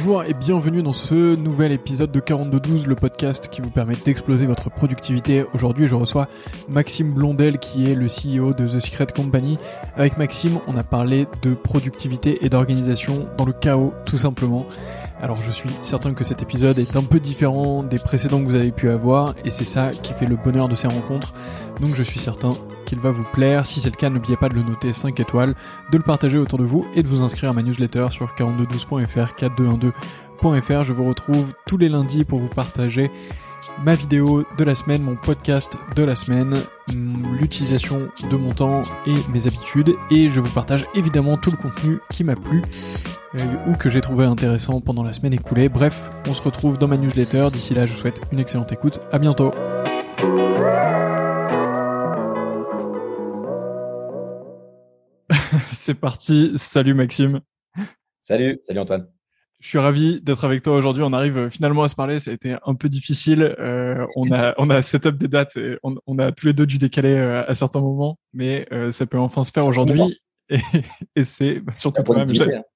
Bonjour et bienvenue dans ce nouvel épisode de 4212, le podcast qui vous permet d'exploser votre productivité. Aujourd'hui, je reçois Maxime Blondel qui est le CEO de The Secret Company. Avec Maxime, on a parlé de productivité et d'organisation dans le chaos, tout simplement. Alors je suis certain que cet épisode est un peu différent des précédents que vous avez pu avoir et c'est ça qui fait le bonheur de ces rencontres. Donc je suis certain qu'il va vous plaire. Si c'est le cas, n'oubliez pas de le noter 5 étoiles, de le partager autour de vous et de vous inscrire à ma newsletter sur 4212.fr, 4212.fr. Je vous retrouve tous les lundis pour vous partager ma vidéo de la semaine, mon podcast de la semaine, l'utilisation de mon temps et mes habitudes. Et je vous partage évidemment tout le contenu qui m'a plu ou que j'ai trouvé intéressant pendant la semaine écoulée. Bref, on se retrouve dans ma newsletter. D'ici là, je vous souhaite une excellente écoute. À bientôt. C'est parti. Salut Maxime. Salut Antoine. Je suis ravi d'être avec toi aujourd'hui. On arrive finalement à se parler. Ça a été un peu difficile. On a set-up des dates. Et on a tous les deux dû décaler à certains moments, mais ça peut enfin se faire aujourd'hui. Et c'est surtout toi.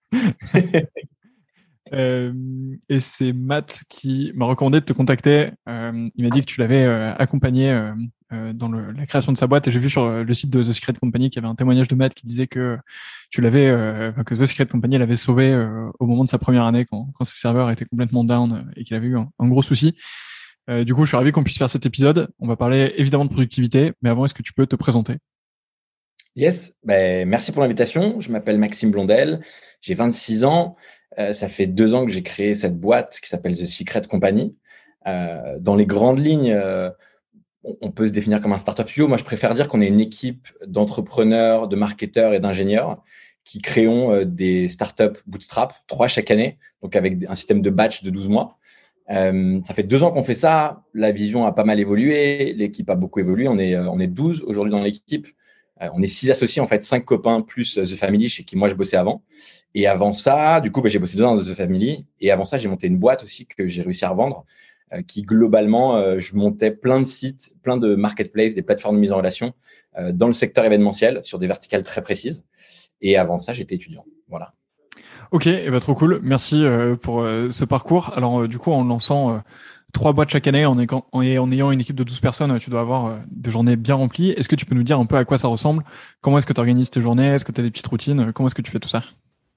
Et c'est Matt qui m'a recommandé de te contacter. Il m'a dit que tu l'avais accompagné dans la création de sa boîte, et j'ai vu sur le site de The Secret Company qu'il y avait un témoignage de Matt qui disait que tu l'avais, que The Secret Company l'avait sauvé au moment de sa première année quand ses serveurs étaient complètement down et qu'il avait eu un gros souci. Du coup, je suis ravi qu'on puisse faire cet épisode. On va parler évidemment de productivité, mais avant, est-ce que tu peux te présenter? Yes, merci pour l'invitation. Je m'appelle Maxime Blondel, j'ai 26 ans. Ça fait 2 ans que j'ai créé cette boîte qui s'appelle The Secret Company. Dans les grandes lignes, on peut se définir comme un startup studio. Moi, je préfère dire qu'on est une équipe d'entrepreneurs, de marketeurs et d'ingénieurs qui créons des startups bootstrap, 3 chaque année, donc avec un système de batch de 12 mois. Ça fait 2 ans qu'on fait ça. La vision a pas mal évolué, l'équipe a beaucoup évolué. On est 12 aujourd'hui dans l'équipe. On est 6 associés, en fait, 5 copains plus The Family chez qui moi je bossais avant. Et avant ça, du coup, j'ai bossé 2 ans dans The Family. Et avant ça, j'ai monté une boîte aussi que j'ai réussi à revendre, qui globalement, je montais plein de sites, plein de marketplaces, des plateformes de mise en relation dans le secteur événementiel sur des verticales très précises. Et avant ça, j'étais étudiant. Voilà. Ok, et trop cool. Merci pour ce parcours. Alors du coup, en lançant 3 boîtes chaque année, en ayant une équipe de 12 personnes, tu dois avoir des journées bien remplies. Est-ce que tu peux nous dire un peu à quoi ça ressemble? Comment est-ce que tu organises tes journées? Est-ce que tu as des petites routines? Comment est-ce que tu fais tout ça?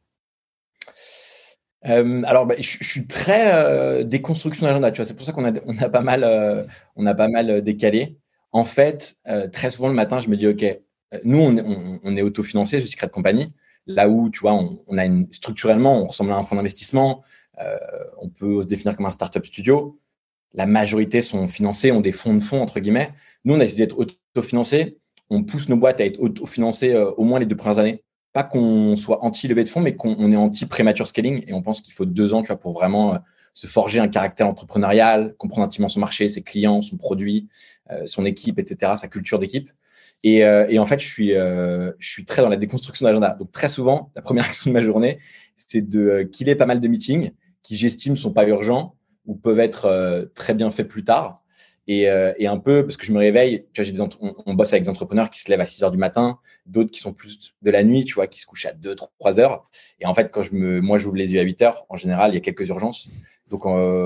Alors, je suis très déconstruction d'agenda. Tu vois, c'est pour ça qu'on a pas mal décalé. En fait, très souvent le matin, je me dis, ok, nous on est autofinancé, The Secret Company. Là où, tu vois, on a structurellement, on ressemble à un fonds d'investissement. On peut se définir comme un startup studio. La majorité sont financés, ont des fonds de fonds, entre guillemets. Nous, on a essayé d'être autofinancés. On pousse nos boîtes à être autofinancées au moins les 2 premières années. Pas qu'on soit anti-levée de fonds, mais qu'on est anti-premature scaling. Et on pense qu'il faut 2 ans, tu vois, pour vraiment se forger un caractère entrepreneurial, comprendre intimement son marché, ses clients, son produit, son équipe, etc., sa culture d'équipe. Et en fait, je suis très dans la déconstruction d'agenda. Donc, très souvent, la première action de ma journée, c'est de killer pas mal de meetings qui, j'estime, sont pas urgents ou peuvent être très bien faits plus tard. Et un peu, parce que je me réveille, tu vois, on bosse avec des entrepreneurs qui se lèvent à 6 heures du matin, d'autres qui sont plus de la nuit, tu vois, qui se couchent à 2, 3 heures. Et en fait, moi, j'ouvre les yeux à 8 heures. En général, il y a quelques urgences. Donc,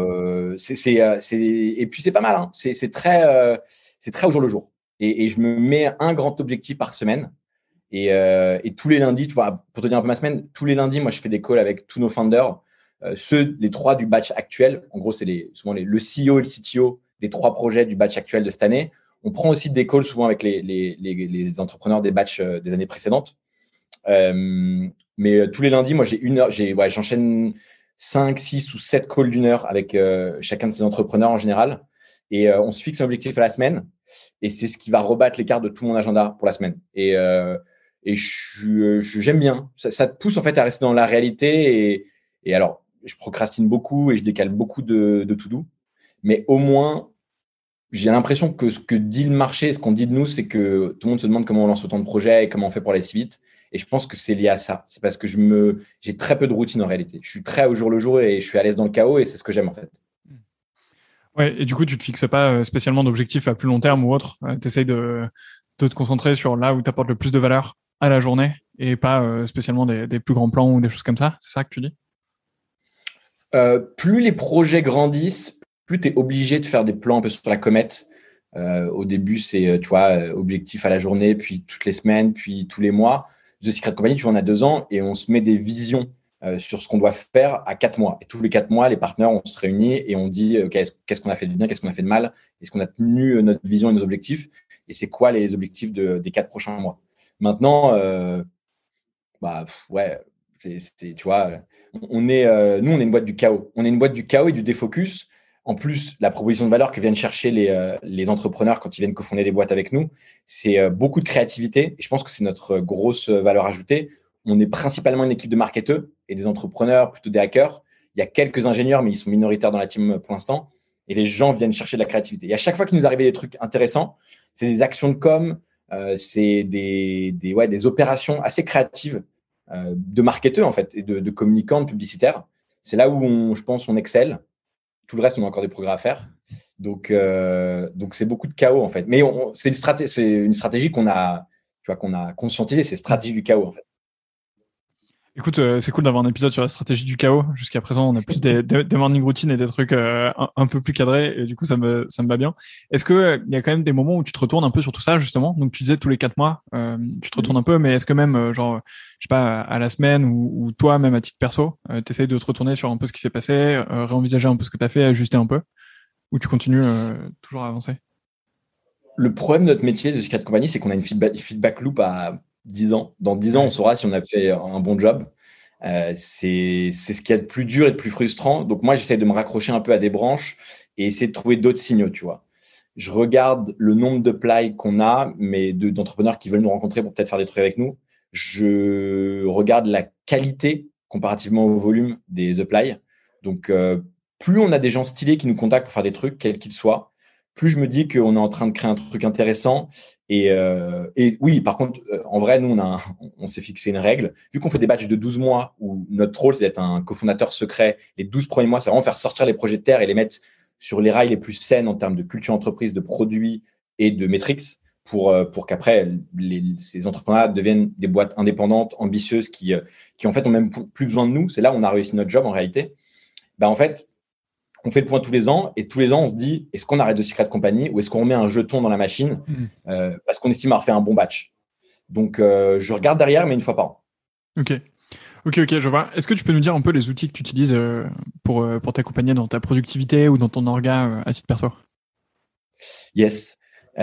et puis c'est pas mal, hein. C'est très au jour le jour. Et je me mets un grand objectif par semaine. Et tous les lundis, tu vois, pour te dire un peu ma semaine, tous les lundis, moi, je fais des calls avec tous nos founders, les 3 du batch actuel. En gros, c'est souvent le CEO et le CTO des 3 projets du batch actuel de cette année. On prend aussi des calls souvent avec les entrepreneurs des batchs des années précédentes. Mais tous les lundis, moi, j'enchaîne 5, 6 ou 7 calls d'1 heure avec chacun de ces entrepreneurs en général. Et on se fixe un objectif à la semaine. Et c'est ce qui va rebattre les cartes de tout mon agenda pour la semaine. Et j'aime bien. Ça te pousse en fait à rester dans la réalité. Et alors, je procrastine beaucoup et je décale beaucoup de to-do. Mais au moins, j'ai l'impression que ce que dit le marché, ce qu'on dit de nous, c'est que tout le monde se demande comment on lance autant de projets et comment on fait pour aller si vite. Et je pense que c'est lié à ça. C'est parce que j'ai très peu de routine en réalité. Je suis très au jour le jour et je suis à l'aise dans le chaos et c'est ce que j'aime en fait. Ouais, et du coup, tu te fixes pas spécialement d'objectifs à plus long terme ou autre. Tu essayes de te concentrer sur là où tu apportes le plus de valeur à la journée et pas spécialement des plus grands plans ou des choses comme ça. C'est ça que tu dis? Plus les projets grandissent, plus tu es obligé de faire des plans un peu sur la comète. Au début, c'est, tu vois, objectif à la journée, puis toutes les semaines, puis tous les mois. The Secret Company, tu vois, on a 2 ans et on se met des visions sur ce qu'on doit faire à 4 mois. Et tous les 4 mois, les partenaires, on se réunit et on dit qu'est-ce qu'on a fait de bien, qu'est-ce qu'on a fait de mal, est-ce qu'on a tenu notre vision et nos objectifs, et c'est quoi les objectifs des 4 prochains mois. Maintenant, ouais, tu vois, nous, on est une boîte du chaos. On est une boîte du chaos et du défocus. En plus, la proposition de valeur que viennent chercher les entrepreneurs quand ils viennent cofonder des boîtes avec nous, c'est beaucoup de créativité. Et je pense que c'est notre grosse valeur ajoutée. On est principalement une équipe de marketeurs et des entrepreneurs, plutôt des hackers. Il y a quelques ingénieurs, mais ils sont minoritaires dans la team pour l'instant. Et les gens viennent chercher de la créativité. Et à chaque fois qu'il nous arrive des trucs intéressants, c'est des actions de com, c'est des opérations assez créatives de marketeurs en fait et de communicants, de publicitaires. C'est là où je pense on excelle. Tout le reste, on a encore des progrès à faire. Donc c'est beaucoup de chaos en fait. Mais c'est une stratégie qu'on a, tu vois, qu'on a conscientisé. C'est stratégie du chaos en fait. Écoute, c'est cool d'avoir un épisode sur la stratégie du chaos. Jusqu'à présent, on a plus des morning routines et des trucs un peu plus cadrés, et du coup, ça me va bien. Est-ce que il y a quand même des moments où tu te retournes un peu sur tout ça, justement? Donc, tu disais tous les 4 mois, tu te retournes un peu, mais est-ce que même, genre, je sais pas, à la semaine ou toi, même à titre perso, t'essayes de te retourner sur un peu ce qui s'est passé, réenvisager un peu ce que t'as fait, ajuster un peu, ou tu continues toujours à avancer? Le problème de notre métier de Secret Company, c'est qu'on a une feedback loop à 10 ans. Dans 10 ans, on saura si on a fait un bon job. C'est ce qu'il y a de plus dur et de plus frustrant. Donc moi, j'essaie de me raccrocher un peu à des branches et essayer de trouver d'autres signaux, tu vois. Je regarde le nombre de plays qu'on a, mais d'entrepreneurs qui veulent nous rencontrer pour peut-être faire des trucs avec nous. Je regarde la qualité comparativement au volume des applies. Donc, plus on a des gens stylés qui nous contactent pour faire des trucs, quels qu'ils soient, plus je me dis qu'on est en train de créer un truc intéressant. Et oui, par contre, en vrai, nous, on s'est fixé une règle. Vu qu'on fait des batchs de 12 mois, où notre rôle, c'est d'être un cofondateur secret, les 12 premiers mois, c'est vraiment faire sortir les projets de terre et les mettre sur les rails les plus saines en termes de culture entreprise, de produits et de metrics, pour qu'après, ces entrepreneurs deviennent des boîtes indépendantes, ambitieuses, qui en fait, ont même plus besoin de nous. C'est là où on a réussi notre job, en réalité. En fait, on fait le point tous les ans et tous les ans, on se dit, est-ce qu'on arrête de Secret Company ou est-ce qu'on remet un jeton dans la machine parce qu'on estime avoir fait un bon batch. Donc, je regarde derrière, mais une fois par an. Ok, je vois. Est-ce que tu peux nous dire un peu les outils que tu utilises pour t'accompagner dans ta productivité ou dans ton orga à titre perso? Yes.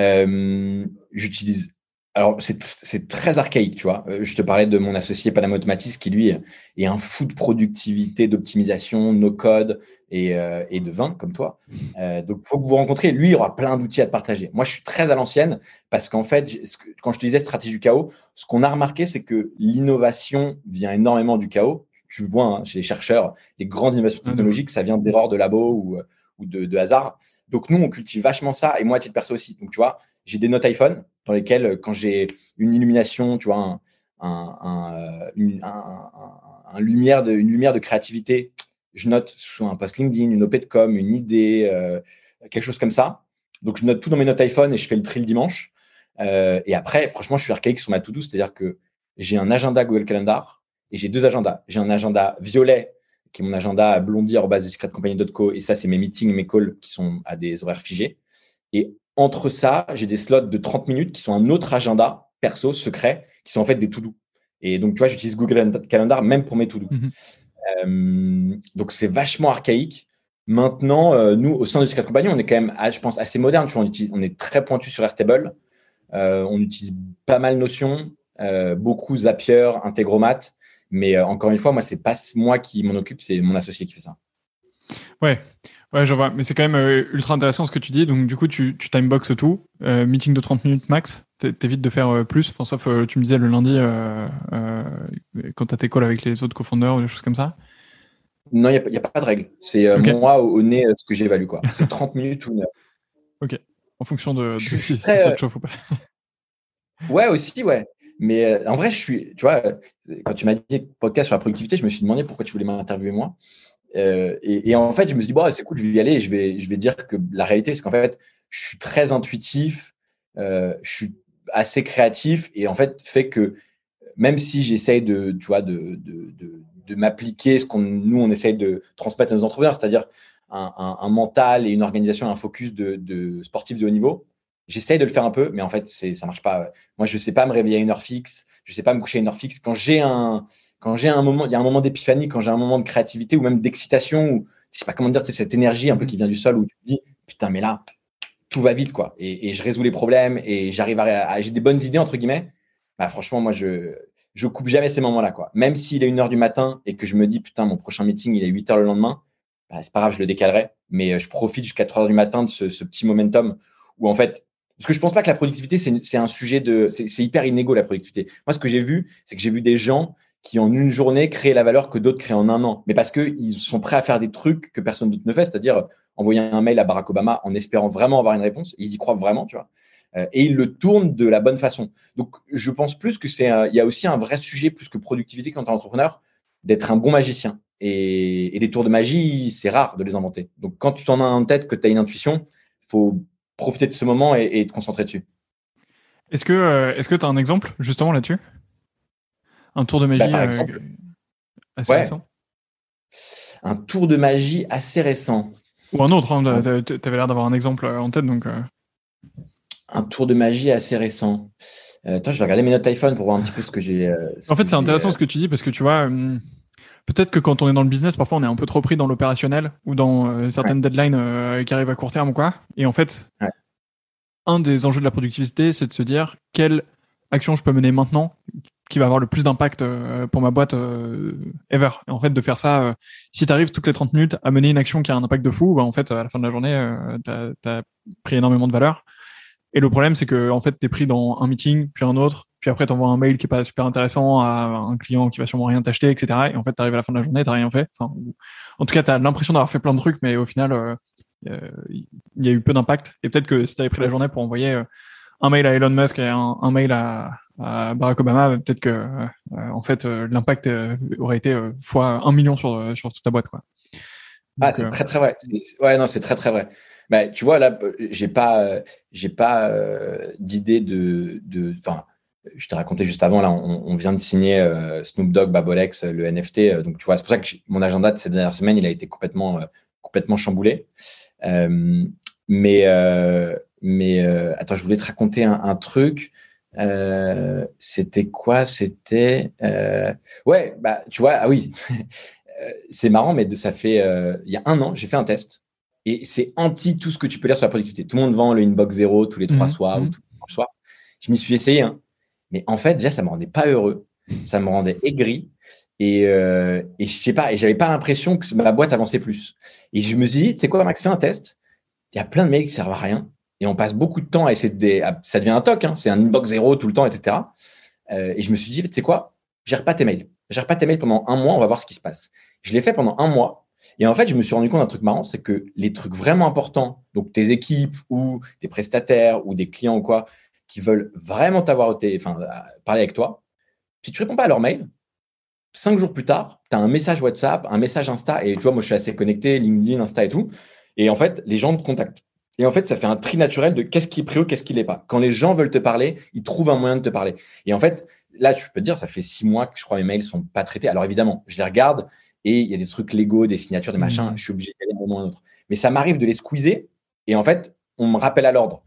J'utilise. Alors, c'est très archaïque, tu vois. Je te parlais de mon associé Panama Automatis qui, lui, est un fou de productivité, d'optimisation, no code et de vin, comme toi. Donc, il faut que vous rencontriez. Lui, il aura plein d'outils à te partager. Moi, je suis très à l'ancienne parce qu'en fait, quand je te disais stratégie du chaos, ce qu'on a remarqué, c'est que l'innovation vient énormément du chaos. Tu vois, hein, chez les chercheurs, les grandes innovations technologiques, ça vient d'erreurs de labo ou de hasard. Donc, nous, on cultive vachement ça. Et moi, à titre perso aussi. Donc, tu vois, j'ai des notes iPhone dans lesquelles, quand j'ai une illumination, tu vois, une lumière de créativité, je note sur un post LinkedIn, une OP de com, une idée, quelque chose comme ça. Donc, je note tout dans mes notes iPhone et je fais le tri le dimanche. Et après, franchement, je suis archaïque sur ma to-do, c'est-à-dire que j'ai un agenda Google Calendar et j'ai 2 agendas. J'ai un agenda violet qui est mon agenda blondy@secretcompany.co, et ça, c'est mes meetings et mes calls qui sont à des horaires figés. Et entre ça, j'ai des slots de 30 minutes qui sont un autre agenda perso, secret, qui sont en fait des to-do. Et donc, tu vois, j'utilise Google Calendar même pour mes to-do. Donc, c'est vachement archaïque. Maintenant, nous, au sein de Secret Company, on est quand même, je pense, assez moderne. Tu vois, on est très pointu sur Airtable. On utilise pas mal Notion, beaucoup Zapier, Integromat. Mais encore une fois, moi, c'est pas moi qui m'en occupe, c'est mon associé qui fait ça. Ouais, je vois. Mais c'est quand même ultra intéressant ce que tu dis. Donc, du coup, tu timeboxes tout. Meeting de 30 minutes max. T'évites de faire plus. Enfin, sauf, tu me disais le lundi, quand t'as tes calls avec les autres cofondeurs ou des choses comme ça. Non, il n'y a pas de règle. C'est moi au nez ce que j'évalue, quoi. C'est 30 minutes ou 1 heure. Ok. En fonction de si très, ça te chauffe ou pas. Ouais, aussi, ouais. Mais en vrai, tu vois, quand tu m'as dit podcast sur la productivité, je me suis demandé pourquoi tu voulais m'interviewer moi. Et en fait, je me suis dit, bon, c'est cool, je vais y aller. Et je vais dire que la réalité, c'est qu'en fait, je suis très intuitif, je suis assez créatif, et en fait, fait que même si j'essaye de m'appliquer ce nous on essaye de transmettre à nos entrepreneurs, c'est-à-dire un mental et une organisation, un focus de sportif de haut niveau. J'essaye de le faire un peu, mais en fait, ça marche pas. Moi, je sais pas me réveiller à une heure fixe. Je sais pas me coucher à une heure fixe. Quand j'ai un moment, il y a un moment d'épiphanie, quand j'ai un moment de créativité ou même d'excitation, ou je sais pas comment dire, c'est cette énergie un peu qui vient du sol où tu te dis, putain, mais là, tout va vite, quoi. Et je résous les problèmes et j'arrive j'ai des bonnes idées, entre guillemets. Bah, franchement, moi, je coupe jamais ces moments-là, quoi. Même s'il est 1h du matin et que je me dis, putain, mon prochain meeting, il est 8h le lendemain, bah, c'est pas grave, je le décalerai. Mais je profite jusqu'à 3h du matin de ce petit momentum où, en fait, parce que je pense pas que la productivité, c'est un sujet c'est hyper inégaux, la productivité. Moi, ce que j'ai vu, c'est que j'ai vu des gens qui, en une journée, créent la valeur que d'autres créent en un an. Mais parce qu'ils sont prêts à faire des trucs que personne d'autre ne fait, c'est-à-dire envoyer un mail à Barack Obama en espérant vraiment avoir une réponse. Ils y croient vraiment, tu vois. Et ils le tournent de la bonne façon. Donc, je pense plus que il y a aussi un vrai sujet, plus que productivité quand tu es entrepreneur, d'être un bon magicien. Et les tours de magie, c'est rare de les inventer. Donc, quand tu t'en as en tête, que tu as une intuition, faut profiter de ce moment et te concentrer dessus. Est-ce que tu as un exemple justement là-dessus? Un tour de magie Par exemple, assez récent? Un tour de magie assez récent. Ou un autre, hein, tu avais l'air d'avoir un exemple en tête. Donc, Un tour de magie assez récent. Attends, je vais regarder mes notes iPhone pour voir un petit peu ce que j'ai. En fait, c'est intéressant ce que tu dis parce que tu vois, peut-être que quand on est dans le business, parfois on est un peu trop pris dans l'opérationnel ou dans certaines deadlines qui arrivent à court terme ou quoi. Et en fait, un des enjeux de la productivité, c'est de se dire quelle action je peux mener maintenant qui va avoir le plus d'impact pour ma boîte ever. Et en fait, de faire ça, si tu arrives toutes les 30 minutes à mener une action qui a un impact de fou, bah, en fait, à la fin de la journée, t'as pris énormément de valeur. Et le problème, c'est que en fait, t'es pris dans un meeting, puis un autre, puis après t'envoies un mail qui est pas super intéressant à un client qui va sûrement rien t'acheter, etc. Et en fait, t'arrives à la fin de la journée, t'as rien fait. Enfin, en tout cas, t'as l'impression d'avoir fait plein de trucs, mais au final, il y a eu peu d'impact. Et peut-être que si t'avais pris la journée pour envoyer un mail à Elon Musk et un mail à Barack Obama, peut-être que en fait, l'impact aurait été fois 1 million sur toute ta boîte, quoi. Donc, c'est très très vrai. Ouais, non, c'est très très vrai. Bah, tu vois, là, j'ai pas d'idée enfin, je t'ai raconté juste avant, là, on vient de signer Snoop Dogg, Babolex, le NFT. Donc, tu vois, c'est pour ça que mon agenda de ces dernières semaines, il a été complètement chamboulé. Mais attends, je voulais te raconter un truc. C'était quoi? C'était ouais, bah, tu vois, ah oui. C'est marrant, mais ça fait il y a 1 an, j'ai fait un test et c'est anti tout ce que tu peux lire sur la productivité. Tout le monde vend le inbox 0 tous les 3 soirs ou tous les 3 soirs. Je m'y suis essayé, hein. Mais en fait, déjà, ça me rendait pas heureux, ça me rendait aigri et je sais pas, et j'avais pas l'impression que ma boîte avançait plus. Et je me suis dit, tu sais quoi, Max, fais un test. Il y a plein de mails qui servent à rien et on passe beaucoup de temps à essayer ça devient un toc, hein. C'est un inbox 0 tout le temps, etc. Et je me suis dit, tu sais quoi, gère pas tes mails. Gère pas tes mails pendant 1 mois, on va voir ce qui se passe. Je l'ai fait pendant 1 mois. Et en fait, je me suis rendu compte d'un truc marrant, c'est que les trucs vraiment importants, donc tes équipes ou des prestataires ou des clients ou quoi, qui veulent vraiment parler avec toi, si tu réponds pas à leur mail, 5 jours plus tard, tu as un message WhatsApp, un message Insta, et tu vois, moi je suis assez connecté, LinkedIn, Insta et tout. Et en fait, les gens te contactent. Et en fait, ça fait un tri naturel de qu'est-ce qui est pris ou qu'est-ce qui l'est pas. Quand les gens veulent te parler, ils trouvent un moyen de te parler. Et en fait, là, tu peux te dire, ça fait 6 mois que je crois mes mails sont pas traités. Alors évidemment, je les regarde et il y a des trucs légaux, des signatures, des machins. Je suis obligé d'aller d'un moment à un autre. Mais ça m'arrive de les squeezer et en fait, on me rappelle à l'ordre.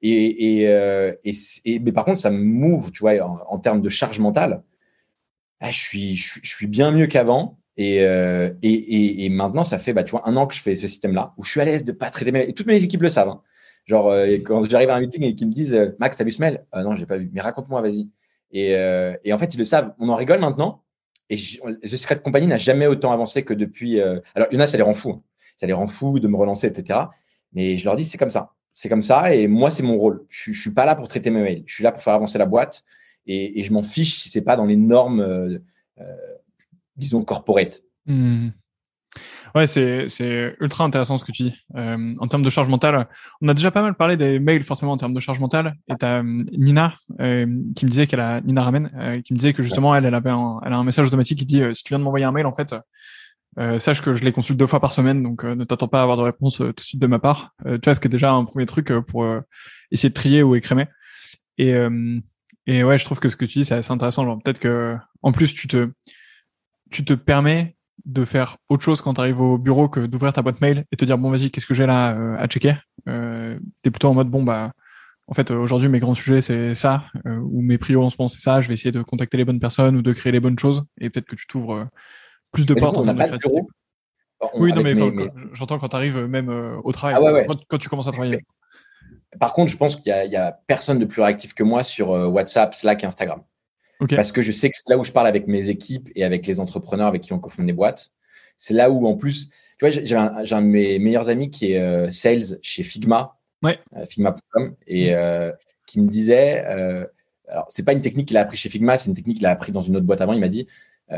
Mais par contre, ça me move, tu vois, en termes de charge mentale. Ah, je suis bien mieux qu'avant. Et maintenant, ça fait, tu vois, 1 an que je fais ce système-là où je suis à l'aise de pas traiter mes. Et toutes mes équipes le savent, hein. Genre, quand j'arrive à un meeting et qu'ils me disent Max, t'as vu ce mail? Non, j'ai pas vu. Mais raconte-moi, vas-y. Et en fait, ils le savent. On en rigole maintenant. Et The Secret Company n'a jamais autant avancé que depuis. Alors, il y en a, ça les rend fous, hein. Ça les rend fous de me relancer, etc. Mais je leur dis, c'est comme ça. C'est comme ça. Et moi, c'est mon rôle. Je suis pas là pour traiter mes mails. Je suis là pour faire avancer la boîte. Et je m'en fiche si c'est pas dans les normes, disons, corporate. Ouais, c'est ultra intéressant ce que tu dis. En termes de charge mentale, on a déjà pas mal parlé des mails forcément en termes de charge mentale. Et t'as Nina qui me disait Nina Ramen qui me disait que justement elle a un message automatique qui dit si tu viens de m'envoyer un mail en fait, sache que je les consulte 2 fois par semaine, donc ne t'attends pas à avoir de réponse tout de suite de ma part. Tu vois, ce qui est déjà un premier truc pour essayer de trier ou écrémer. Et Et ouais, je trouve que ce que tu dis, c'est assez intéressant. Genre, peut-être que, en plus, tu te permets de faire autre chose quand tu arrives au bureau que d'ouvrir ta boîte mail et te dire, bon, vas-y, qu'est-ce que j'ai là à checker? T'es plutôt en mode, bon, bah, en fait, aujourd'hui, mes grands sujets, c'est ça, ou mes prios en ce moment, c'est ça. Je vais essayer de contacter les bonnes personnes ou de créer les bonnes choses. Et peut-être que tu t'ouvres plus de Mais du coup, portes on en n'a termes de pas de créativité. bureau. Oui, non, Avec mais j'entends quand tu arrives même au travail, Ah ouais, quoi. ouais. Quand tu commences à travailler. Par contre, je pense qu'il y a personne de plus réactif que moi sur WhatsApp, Slack et Instagram. Ok. Parce que je sais que c'est là où je parle avec mes équipes et avec les entrepreneurs avec qui on cofonde des boîtes. C'est là où, en plus, tu vois, j'ai un de mes meilleurs amis qui est sales chez Figma, Ouais. Figma.com, et qui me disait, alors c'est pas une technique qu'il a appris chez Figma, c'est une technique qu'il a appris dans une autre boîte avant. Il m'a dit, euh,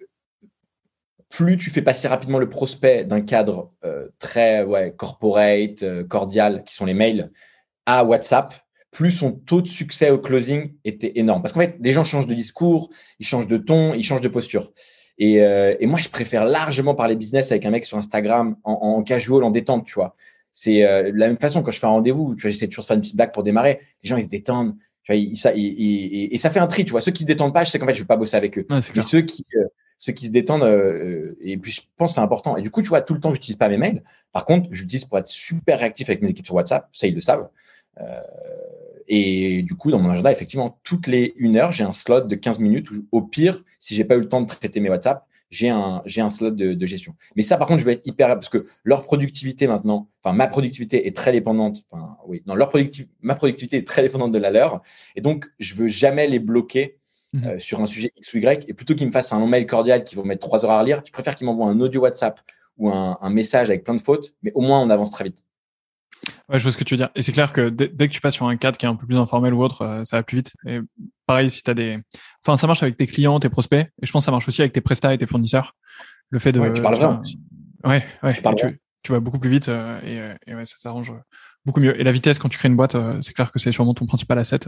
plus tu fais passer rapidement le prospect d'un cadre très corporate, cordial, qui sont les mails, à WhatsApp, plus son taux de succès au closing était énorme. Parce qu'en fait, les gens changent de discours, ils changent de ton, ils changent de posture. Et moi, je préfère largement parler business avec un mec sur Instagram en casual, en détente, tu vois. C'est la même façon quand je fais un rendez-vous, tu vois, j'essaie toujours de faire une petite blague pour démarrer. Les gens, ils se détendent. Tu vois, et ça fait un tri, tu vois. Ceux qui se détendent pas, je sais qu'en fait, je vais pas bosser avec eux. Ouais, c'est Mais clair. ceux qui se détendent, et puis je pense que c'est important. Et du coup, tu vois, tout le temps, j'utilise pas mes mails. Par contre, j'utilise pour être super réactif avec mes équipes sur WhatsApp. Ça, ils le savent. Euh, et du coup, dans mon agenda, effectivement, toutes les 1 heure, j'ai un slot de 15 minutes où, au pire, si j'ai pas eu le temps de traiter mes WhatsApp, j'ai un slot de gestion. Mais ça, par contre, je vais être hyper, parce que leur productivité maintenant, enfin, ma productivité est très dépendante, enfin, oui, non, ma productivité est très dépendante de la leur. Et donc, je veux jamais les bloquer sur un sujet X ou Y. Et plutôt qu'ils me fassent un long mail cordial qui vont mettre 3 heures à relire, je préfère qu'ils m'envoient un audio WhatsApp ou un message avec plein de fautes, mais au moins, on avance très vite. Ouais, je vois ce que tu veux dire. Et c'est clair que dès que tu passes sur un cadre qui est un peu plus informel ou autre, ça va plus vite. Et pareil, si t'as enfin, ça marche avec tes clients, tes prospects. Et je pense que ça marche aussi avec tes prestats et tes fournisseurs. Le fait Ouais, tu de, parles tu vraiment. vois, ouais, Tu et parles vraiment. tu vas beaucoup plus vite, et ouais, ça s'arrange beaucoup mieux. Et la vitesse, quand tu crées une boîte, c'est clair que c'est sûrement ton principal asset.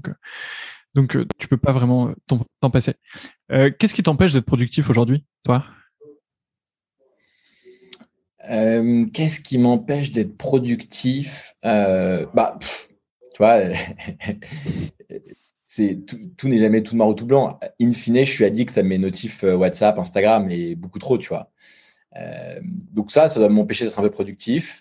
Donc, tu peux pas vraiment t'en passer. Qu'est-ce qui t'empêche d'être productif aujourd'hui, toi? Qu'est-ce qui m'empêche d'être productif? Tu vois, tout n'est jamais tout noir ou tout blanc. In fine, je suis addict à mes notifs WhatsApp, Instagram et beaucoup trop, tu vois. Donc ça doit m'empêcher d'être un peu productif.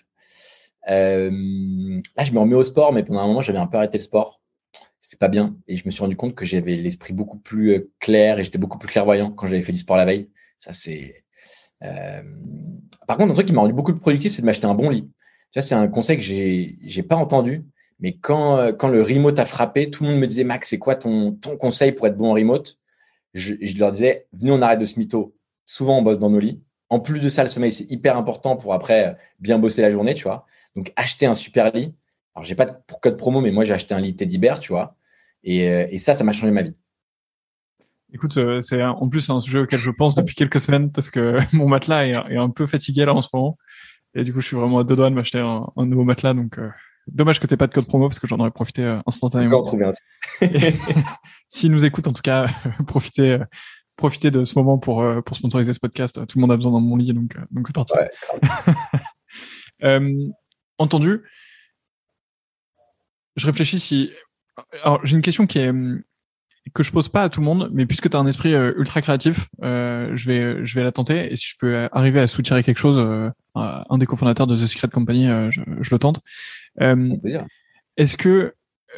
Là, je me remets au sport, mais pendant un moment, j'avais un peu arrêté le sport. C'est pas bien. Et je me suis rendu compte que j'avais l'esprit beaucoup plus clair et j'étais beaucoup plus clairvoyant quand j'avais fait du sport la veille. Ça, c'est euh, Par contre, un truc qui m'a rendu beaucoup plus productif, c'est de m'acheter un bon lit. Tu vois, c'est un conseil que j'ai pas entendu, mais quand le remote a frappé, tout le monde me disait, Max, c'est quoi ton conseil pour être bon en remote? Je leur disais, venez, on arrête de se mytho. Souvent, on bosse dans nos lits. En plus de ça, le sommeil, c'est hyper important pour après bien bosser la journée, tu vois. Donc, acheter un super lit. Alors, j'ai pas de code promo, mais moi, j'ai acheté un lit Teddy Bear, tu vois. Et ça m'a changé ma vie. Écoute, en plus c'est un sujet auquel je pense depuis quelques semaines parce que mon matelas est un peu fatigué là en ce moment. Et du coup, je suis vraiment à deux doigts de m'acheter un nouveau matelas. Donc, dommage que t'aies pas de code promo parce que j'en aurais profité On peut en instantanément. trouver un. Et s'ils nous écoutent, en tout cas, profitez de ce moment pour sponsoriser ce podcast. Tout le monde a besoin d'un bon lit, donc c'est parti. Ouais. Euh, entendu. Je réfléchis si. Alors, j'ai une question que je pose pas à tout le monde, mais puisque tu as un esprit ultra créatif, je vais la tenter. Et si je peux arriver à soutirer quelque chose, un des cofondateurs de The Secret Company, je le tente. Avec plaisir. Est-ce que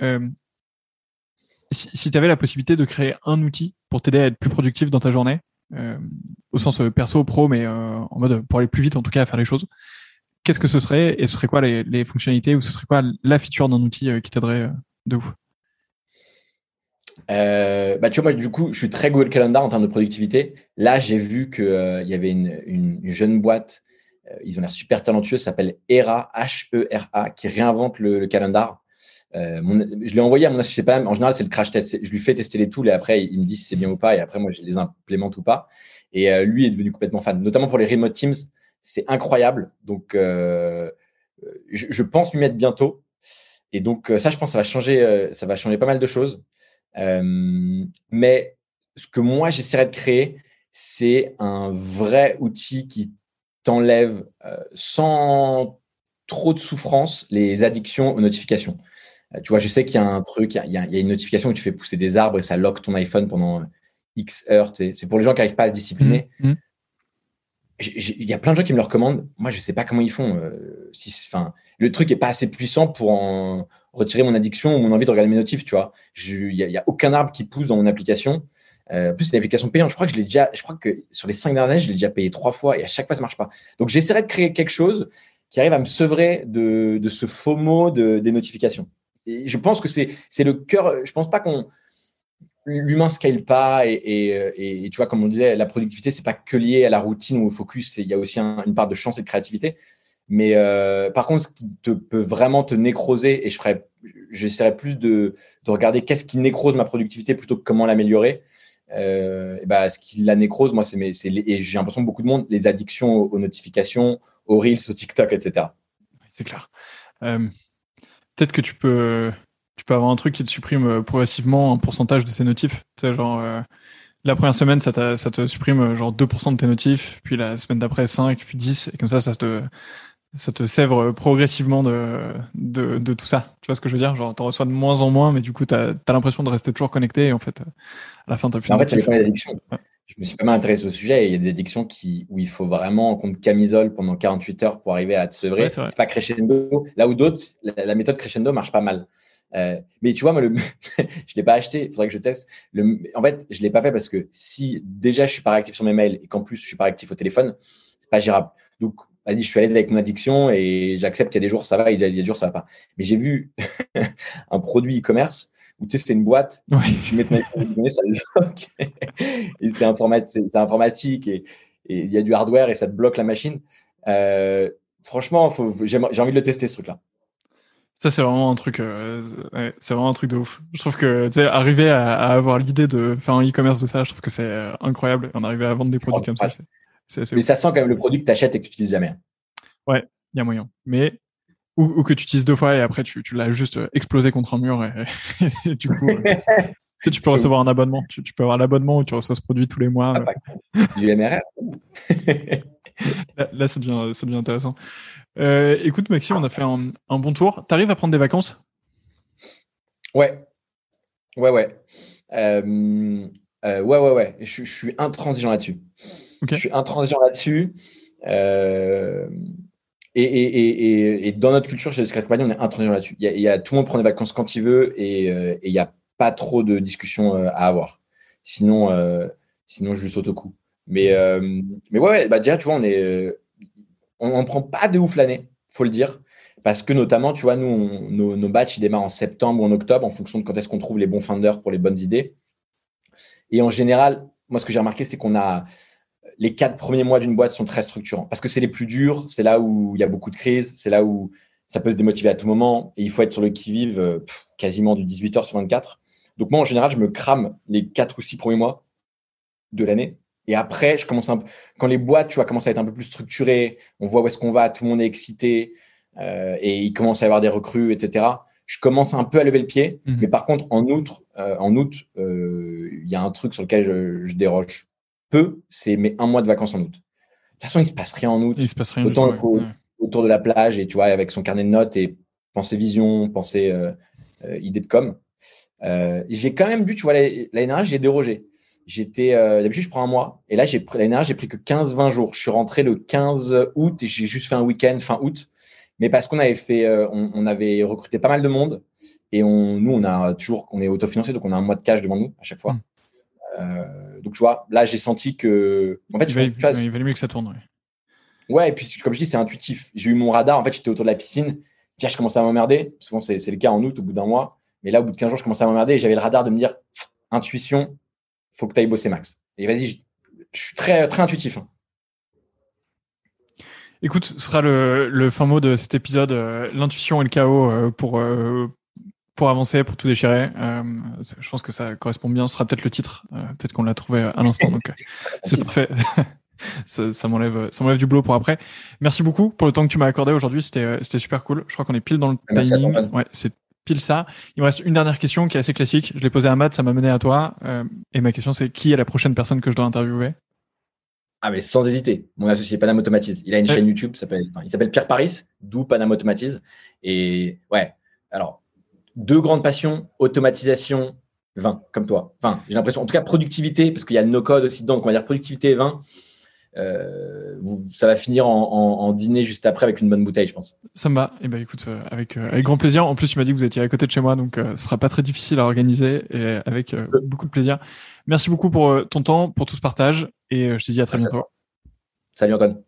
si tu avais la possibilité de créer un outil pour t'aider à être plus productif dans ta journée, au sens perso, pro, mais en mode pour aller plus vite, en tout cas, à faire les choses, qu'est-ce que ce serait et ce serait quoi les fonctionnalités ou ce serait quoi la feature d'un outil qui t'aiderait de ouf? Tu vois, moi, du coup, je suis très Google Calendar en termes de productivité. Là, j'ai vu qu'il y avait une jeune boîte, ils ont l'air super talentueux, ça s'appelle Hera, H-E-R-A, qui réinvente le calendar. Je l'ai envoyé à mon associé, pas en général, c'est le crash test. Je lui fais tester les tools et après, il me dit si c'est bien ou pas. Et après, moi, je les implémente ou pas. Et lui est devenu complètement fan, notamment pour les remote teams. C'est incroyable. Donc, je pense m'y mettre bientôt. Et donc, ça, je pense, ça va changer pas mal de choses. Mais ce que moi, j'essaierais de créer, c'est un vrai outil qui t'enlève sans trop de souffrance les addictions aux notifications. Tu vois, je sais qu'il y a un truc, il y a une notification où tu fais pousser des arbres et ça lock ton iPhone pendant X heures. C'est pour les gens qui n'arrivent pas à se discipliner. Il y a plein de gens qui me le recommandent. Moi, je sais pas comment ils font. Le truc est pas assez puissant pour en retirer mon addiction ou mon envie de regarder mes notifs, tu vois. Il y a aucun arbre qui pousse dans mon application. En plus, c'est une application payante. Je crois que sur les 5 dernières années, je l'ai déjà payé 3 fois et à chaque fois, ça marche pas. Donc, j'essaierai de créer quelque chose qui arrive à me sevrer de ce FOMO des notifications. Et je pense que c'est le cœur. Je pense pas l'humain scale pas et tu vois, comme on disait, la productivité, c'est pas que lié à la routine ou au focus. Il y a aussi une part de chance et de créativité. Mais par contre, ce qui peut vraiment te nécroser, et j'essaierai plus de regarder qu'est-ce qui nécrose ma productivité plutôt que comment l'améliorer. Ce qui la nécrose, moi, et j'ai l'impression que beaucoup de monde, les addictions aux notifications, aux Reels, au TikTok, etc. C'est clair. Peut-être que tu peux avoir un truc qui te supprime progressivement un pourcentage de ces notifs. Tu sais, genre, la première semaine, ça te supprime genre 2% de tes notifs, puis la semaine d'après 5, puis 10, et comme ça te sèvre progressivement de tout ça. Tu vois ce que je veux dire? Genre, t'en reçois de moins en moins, mais du coup, t'as l'impression de rester toujours connecté, et en fait, à la fin, t'as plus de En fait, ça notifs. dépend des addictions. Ouais. Je me suis pas mal intéressé au sujet et il y a des addictions où il faut vraiment qu'on te camisole pendant 48 heures pour arriver à te sevrer. Ouais, c'est vrai. C'est pas crescendo. Là où d'autres, la méthode crescendo marche pas mal. Mais tu vois, moi, je l'ai pas acheté. Il faudrait que je teste. En fait, je l'ai pas fait parce que si déjà je suis pas réactif sur mes mails et qu'en plus je suis pas réactif au téléphone, c'est pas gérable. Donc, vas-y, je suis à l'aise avec mon addiction et j'accepte qu'il y a des jours ça va, il y a des jours ça va pas. Mais j'ai vu un produit e-commerce où tu sais, c'est une boîte, tu mets ton iPhone, ça le bloque. Et c'est informatique et il y a du hardware et ça te bloque la machine. Franchement, j'ai envie de le tester, ce truc-là. Ça, c'est vraiment un truc, c'est vraiment un truc de ouf. Je trouve que, tu sais, arriver à avoir l'idée de faire un e-commerce de ça, je trouve que c'est incroyable. Et en arriver à vendre des produits comme ça, c'est assez Mais ouf. ça sent quand même le produit que tu achètes et que tu n'utilises jamais. Ouais, il y a moyen. Mais, ou que tu utilises 2 fois et après tu l'as juste explosé contre un mur et du coup, tu peux recevoir un abonnement. Tu peux avoir l'abonnement où tu reçois ce produit tous les mois. Du MRR. Là, ça devient intéressant. Écoute, Maxime, on a fait un bon tour. T'arrives à prendre des vacances? Ouais. Ouais. Je suis intransigeant là-dessus. Okay. Je suis intransigeant là-dessus. Et dans notre culture chez les Secret Company, on est intransigeant là-dessus. Tout le monde prend des vacances quand il veut et il n'y a pas trop de discussions à avoir. Sinon, je lui saute au cou. Mais ouais, déjà, tu vois, on prend pas de ouf l'année, faut le dire. Parce que notamment, tu vois, nous, nos batchs, ils démarrent en septembre ou en octobre en fonction de quand est-ce qu'on trouve les bons founders pour les bonnes idées. Et en général, moi, ce que j'ai remarqué, c'est qu'on a les 4 premiers mois d'une boîte sont très structurants parce que c'est les plus durs, c'est là où il y a beaucoup de crises, c'est là où ça peut se démotiver à tout moment et il faut être sur le qui-vive quasiment du 18h sur 24. Donc moi, en général, je me crame les 4 ou 6 premiers mois de l'année. Et après, je commence quand les boîtes, tu vois, commencent à être un peu plus structurées, on voit où est-ce qu'on va, tout le monde est excité et il commence à y avoir des recrues, etc. Je commence un peu à lever le pied. Mais par contre, en août, il y a un truc sur lequel je déroge peu, c'est mes 1 mois de vacances en août. De toute façon, il se passe rien en août. Il se passe rien Autant du tout, autour de la plage et tu vois, avec son carnet de notes et penser vision, penser idée de com. J'ai quand même vu, tu vois, l'année dernière, j'ai dérogé. D'habitude, je prends 1 mois. Et là, l'année dernière, j'ai pris que 15-20 jours. Je suis rentré le 15 août et j'ai juste fait un week-end fin août. Mais parce qu'on avait on avait recruté pas mal de monde et nous, on est autofinancé, donc on a 1 mois de cash devant nous à chaque fois. Donc, tu vois, là, j'ai senti que. En fait, il valait mieux que ça tourne. Ouais, et puis, comme je dis, c'est intuitif. J'ai eu mon radar. En fait, j'étais autour de la piscine. Tiens, je commençais à m'emmerder. Souvent, c'est le cas en août, au bout d'1 mois. Mais là, au bout de 15 jours, je commençais à m'emmerder et j'avais le radar de me dire intuition, faut que tu ailles bosser max. Et vas-y, je suis très, très intuitif. Écoute, ce sera le fin mot de cet épisode, l'intuition et le chaos pour avancer, pour tout déchirer. Je pense que ça correspond bien. Ce sera peut-être le titre. Peut-être qu'on l'a trouvé à l'instant. Donc, c'est parfait. ça m'enlève du boulot pour après. Merci beaucoup pour le temps que tu m'as accordé aujourd'hui. C'était super cool. Je crois qu'on est pile dans le timing. Ouais, c'est pile ça. Il me reste une dernière question qui est assez classique. Je l'ai posée à Matt, ça m'a mené à toi. Et ma question, c'est qui est la prochaine personne que je dois interviewer? Ah, mais sans hésiter, mon associé Panam Automatise. Il a une chaîne YouTube, il s'appelle Pierre Paris, d'où Panam Automatise. Et ouais, alors, deux grandes passions, automatisation, vin, comme toi. Enfin, j'ai l'impression, en tout cas, productivité, parce qu'il y a le no-code aussi dedans, donc on va dire productivité et vin. Ça va finir en dîner juste après avec une bonne bouteille, je pense. Ça me va. Et ben écoute, avec grand plaisir. En plus, tu m'as dit que vous étiez à côté de chez moi, donc ce sera pas très difficile à organiser et avec beaucoup de plaisir. Merci beaucoup pour ton temps, pour tout ce partage, et je te dis à très bientôt. Salut Antoine.